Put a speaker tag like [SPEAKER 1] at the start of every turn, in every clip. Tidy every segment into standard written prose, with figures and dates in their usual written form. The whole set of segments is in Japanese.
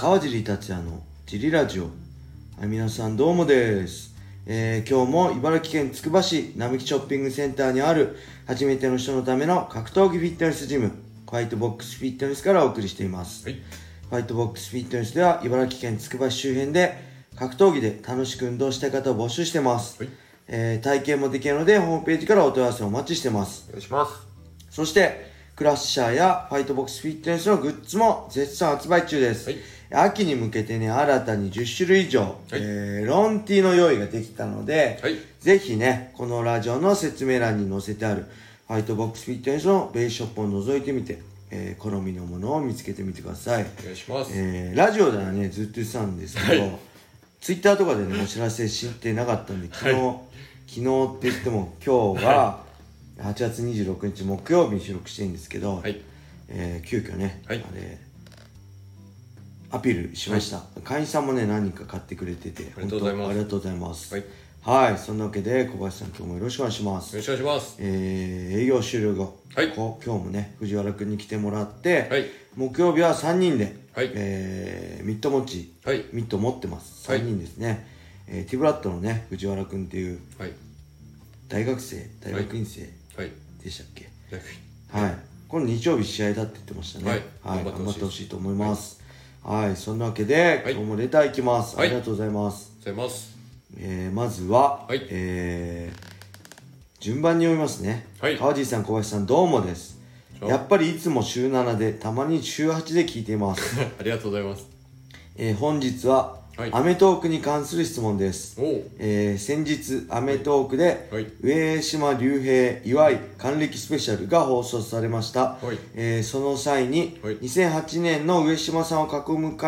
[SPEAKER 1] 川尻達也のジリラジオ。はい、皆さんどうもです。今日も茨城県つくば市並木ショッピングセンターにある初めての人のための格闘技フィットネスジム、ファイトボックスフィットネスからお送りしています。はい、ファイトボックスフィットネスでは茨城県つくば市周辺で格闘技で楽しく運動したい方を募集してます。はい、体験もできるのでホームページからお問い合わせをお待ちしてます。
[SPEAKER 2] お願いします。
[SPEAKER 1] そしてクラッシャーやファイトボックスフィットネスのグッズも絶賛発売中です。はい、秋に向けてね、新たに10種類以上、はい、ロンティーの用意ができたので、はい、ぜひね、このラジオの説明欄に載せてあるファイトボックスフィットネスのベースショップを覗いてみて、好みのものを見つけてみてください。
[SPEAKER 2] お願いします。
[SPEAKER 1] ラジオではね、ずっと言ってたんですけど、はい、ツイッターとかでね、お知らせしてなかったんで、昨日って言っても今日が、8月26日木曜日に収録してるんですけど、はい、急遽ね、はい、アピールしました。はい、会員さんもね、何人か買ってくれてて、
[SPEAKER 2] ありがとうございます。
[SPEAKER 1] ありがとうございます。はい、はい、そんなわけで小林さん、今日もよろしくお願いします。
[SPEAKER 2] よろしくお願いします。
[SPEAKER 1] 営業終了後、はい、今日もね、藤原くんに来てもらって、はい、木曜日は3人で、はい、ミット持ち、はい、ミット持ってます。3人ですね。ティブラットのね、藤原くんっていう、はい、大学院生、でしたっけ。はい。この日曜日試合だって言ってましたね。はい。頑張ってほしいと思います。はい。そんなわけで、今日もレターいきます。ありがとうございます。まずは、順番に読みますね。川尻さん、小林さん、どうもです。やっぱりいつも週7で、たまに週8で聞いています。
[SPEAKER 2] ありがとうございます。
[SPEAKER 1] 本日は、アメトーークに関する質問です。先日、アメトーークで、上島竜兵祝い還暦スペシャルが放送されました。その際に、2008年の上島さんを囲む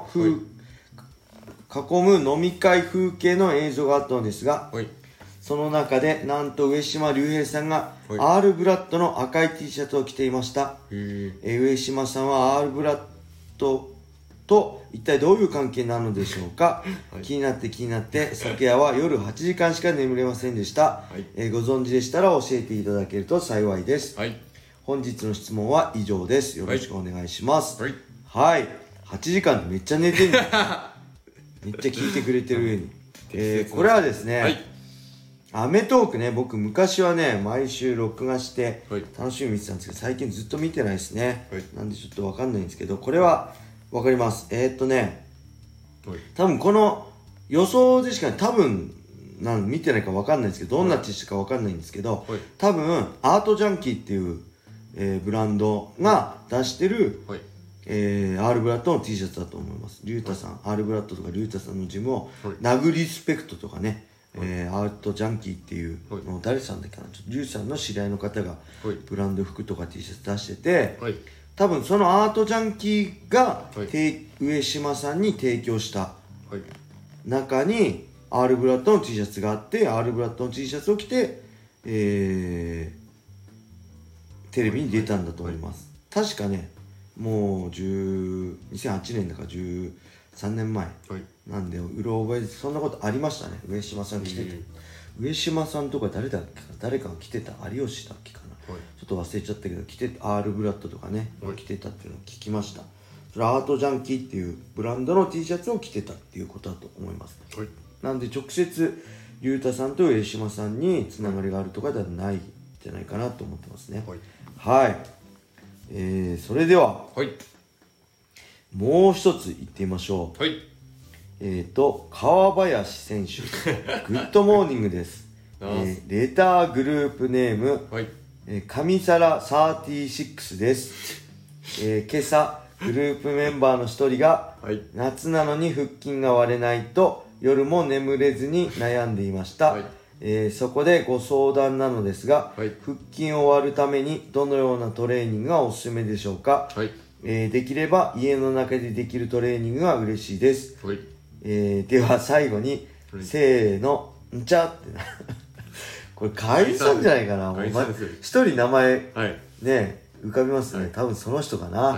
[SPEAKER 1] 飲み会風景の映像があったのですが、その中で、なんと上島竜兵さんが、アールブラッドの赤い T シャツを着ていました。上島さんはアールブラッドと一体どういう関係なのでしょうか。気になって昨夜は夜8時間しか眠れませんでした。ご存知でしたら教えていただけると幸いです。本日の質問は以上です。よろしくお願いします。はい、8時間でめっちゃ寝てるめっちゃ聞いてくれてる上に、これはですね、アメトーークね、僕昔はね、毎週録画して楽しみに見てたんですけど、最近ずっと見てないですね。なんでちょっとわかんないんですけど、これはわかります。多分この予想でしか多分見てないかわかんないんですけど、どんな T シャツかわかんないんですけど、多分アートジャンキーっていう、ブランドが出してる、アールブラッドの T シャツだと思います。リュウタさん、アールブラッドとかリュウタさんのジムを、ナグリスペクトとかね、アートジャンキーっていうの、誰さんだっけな、リュウさんの知り合いの方がブランド服とか T シャツ出してて、多分そのアートジャンキーが、上島さんに提供した中にアールブラッドの T シャツがあって、アールブラッドの T シャツを着て、テレビに出たんだと思います。確かね、もう2008年だから13年前なんで、うろ覚えでそんなことありましたね。上島さん着てて、上島さんとか誰かが着てた、有吉だっけかな、ちょっと忘れちゃったけど、着てアールブラッドとかね、着てたっていうのを聞きました。それはアートジャンキーっていうブランドの T シャツを着てたっていうことだと思います。なんで直接ゆうたさんと上島さんにつながりがあるとかではないんじゃないかなと思ってますね。はい、それでは、もう一つ言ってみましょう。川林選手グッドモーニングです。レターグループネーム、上皿36です。今朝グループメンバーの一人が、夏なのに腹筋が割れないと夜も眠れずに悩んでいました。そこでご相談なのですが、腹筋を割るためにどのようなトレーニングがおすすめでしょうか。できれば家の中でできるトレーニングが嬉しいです。では最後に、せーの、んちゃってなこれ会員さんじゃないかな。一人名前、ね、浮かびますね。多分その人かな。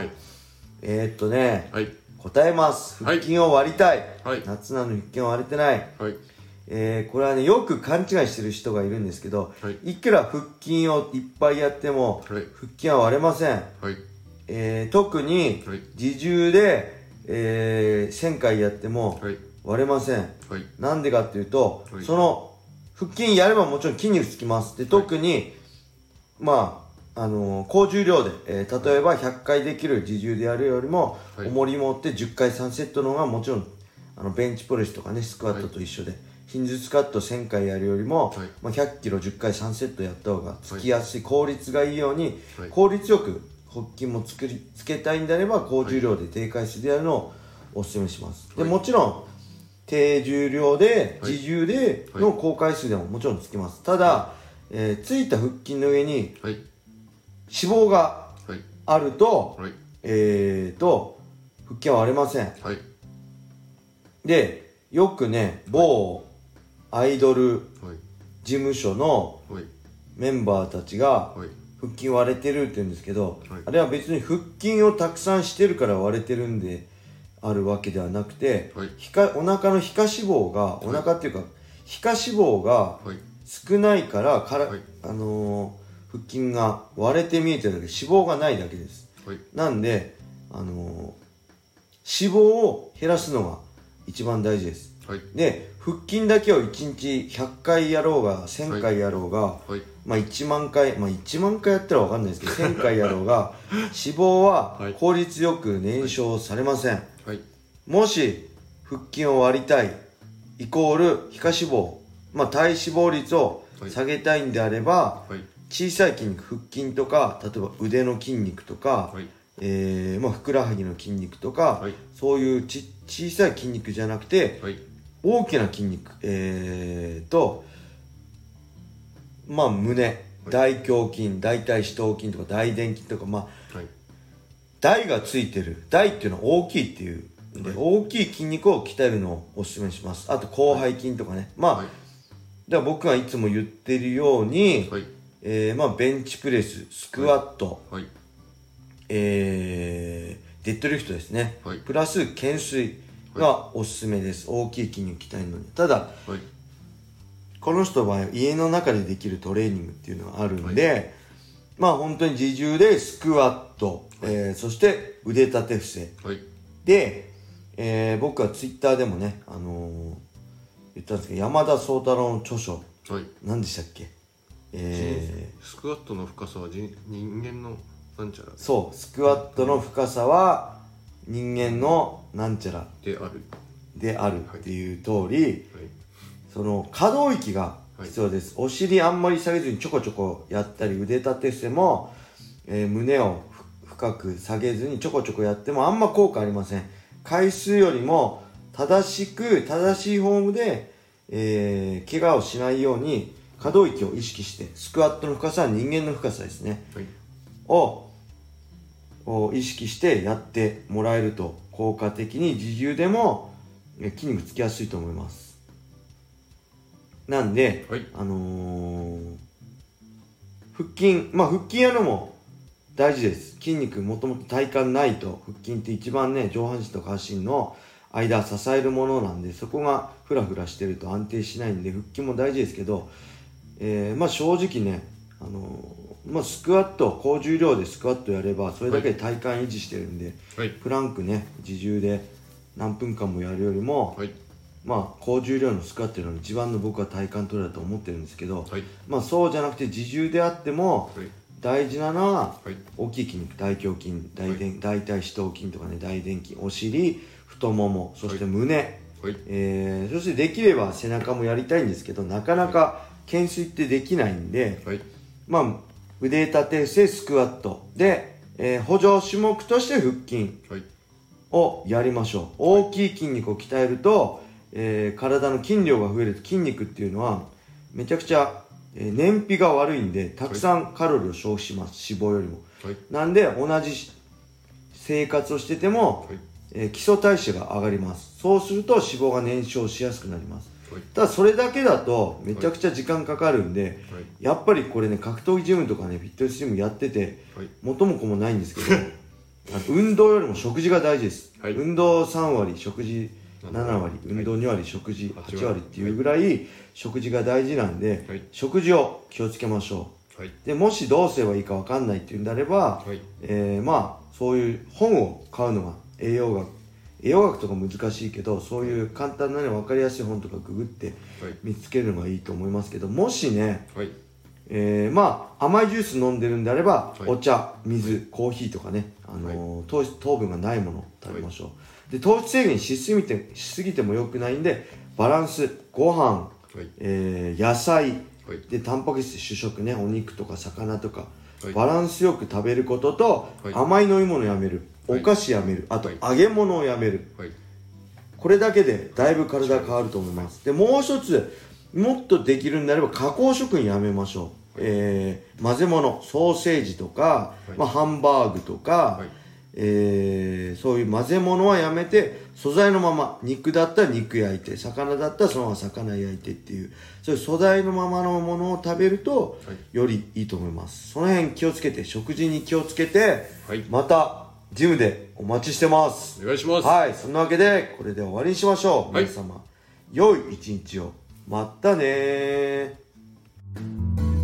[SPEAKER 1] 答えます。腹筋を割りたい。夏なのに腹筋を割れてない。これはね、よく勘違いしてる人がいるんですけど、いくら腹筋をいっぱいやっても、腹筋は割れません。特に自重で 1000回やっても割れません。
[SPEAKER 2] はい。
[SPEAKER 1] なんでかっていうと、
[SPEAKER 2] はい、
[SPEAKER 1] その腹筋やればもちろん筋肉つきます。で、特に、まあ、高重量で、例えば100回できる自重でやるよりも、重り持って10回3セットの方がもちろん、ベンチプレスとかね、スクワットと一緒で、ヒンズスクワット1000回やるよりも、まあ、100キロ10回3セットやった方がつきやすい、効率がいいように、効率よく腹筋もつけたいんであれば、高重量で低回数でやるのをお勧めします。で、もちろん、低重量で、自重での高回数でももちろんつきます。ただ、ついた腹筋の上に、脂肪があると、腹筋は割れません。で、よくね、某アイドル事務所のメンバーたちが腹筋割れてるって言うんですけど、あれは別に腹筋をたくさんしてるから割れてるんであるわけではなくて、お腹の皮下脂肪が、お腹っていうか皮下脂肪が少ないから腹筋が割れて見えてるだけ、脂肪がないだけです。なんで、脂肪を減らすのが一番大事です。で、腹筋だけを1日100回やろうが1000回やろうが、まあ1万回、まあ1万回やったらわかんないですけど、1000回やろうが、脂肪は効率よく燃焼されません。もし、腹筋を割りたい、イコール皮下脂肪、まあ体脂肪率を下げたいんであれば、小さい筋肉、腹筋とか、例えば腕の筋肉とか、まあふくらはぎの筋肉とか、そういう小さい筋肉じゃなくて、大きな筋肉、まあ胸、大胸筋、大腿四頭筋とか大臀筋とか、まあ、台がついてる。台っていうのは大きいっていう。で、大きい筋肉を鍛えるのをお勧めします。あと広背筋とかね。まあ、だから僕がいつも言ってるように、まあベンチプレス、スクワット、デッドリフトですね。プラス懸垂がおすすめです。大きい筋肉鍛えるのに。ただ、この人の場合は家の中でできるトレーニングっていうのがあるんで、まあ本当に自重でスクワット、そして腕立て伏せ。で、僕はツイッターでもね、言ったんですけど、山田宗太郎の著書、何でしたっけ、
[SPEAKER 2] スクワットの深さは人間のなんちゃら。
[SPEAKER 1] そう、スクワットの深さは人間のなんちゃらであるっていう通り、その可動域が必要です。お尻あんまり下げずにちょこちょこやったり、腕立て伏せも、胸を深く下げずにちょこちょこやってもあんま効果ありません。回数よりも正しいフォームで、怪我をしないように可動域を意識して、スクワットの深さは人間の深さですね、を意識してやってもらえると効果的に自重でも筋肉つきやすいと思います。なんで、腹筋やるのも大事です。筋肉もともと体幹ないと、腹筋って一番ね、上半身と下半身の間支えるものなんで、そこがフラフラしてると安定しないんで、腹筋も大事ですけど、まあ正直ね、まあスクワット、高重量でスクワットやれば、それだけで体幹維持してるんで、プランクね、自重で何分間もやるよりも、まあ高重量のスクワットよりも一番の僕は体幹トレだと思ってるんですけど、まあそうじゃなくて自重であっても、大事なのは、大きい筋肉、大胸筋、大腿四頭筋とかね、大臀筋、お尻、太もも、そして胸、そしてできれば背中もやりたいんですけど、なかなか懸垂ってできないんで、まあ腕立て伏せ、スクワットで、補助種目として腹筋をやりましょう。大きい筋肉を鍛えると、体の筋量が増えると、筋肉っていうのはめちゃくちゃ燃費が悪いんで、たくさんカロリーを消費します、脂肪よりも。なんで同じ生活をしてても、基礎代謝が上がります。そうすると脂肪が燃焼しやすくなります。ただそれだけだとめちゃくちゃ時間かかるんで、やっぱりこれね、格闘技ジムとかね、フィットネスジムやってて、元も子もないんですけど、運動よりも食事が大事です。運動3割、食事7割、運動2割、食事8割っていうぐらい食事が大事なんで、食事を気をつけましょう。で、もしどうすればいいか分かんないっていうんであれば、まあそういう本を買うのが栄養栄養学とか難しいけど、そういう簡単なね分かりやすい本とかググって見つけるのがいいと思いますけど、もしね、まあ甘いジュース飲んでるんであれば、お茶、水、コーヒーとかね、糖分がないものを食べましょう。で、糖質制限しすぎても良くないんで、バランス、ご飯、野菜で、タンパク質主食ね、お肉とか魚とか、バランスよく食べることと、甘い飲み物をやめる、お菓子やめる、あと揚げ物をやめる、これだけでだいぶ体変わると思います。で、もう一つもっとできるんであれば加工食品やめましょう。混ぜ物、ソーセージとか、ハンバーグとか、そういう混ぜ物はやめて、素材のまま、肉だったら肉焼いて、魚だったらそのまま魚焼いてっていう、そういう素材のままのものを食べると、よりいいと思います。その辺気をつけて、食事に気をつけて、またジムでお待ちしてます。
[SPEAKER 2] お願いします。
[SPEAKER 1] はい、そんなわけでこれで終わりにしましょう。皆様、良い一日を。またねー。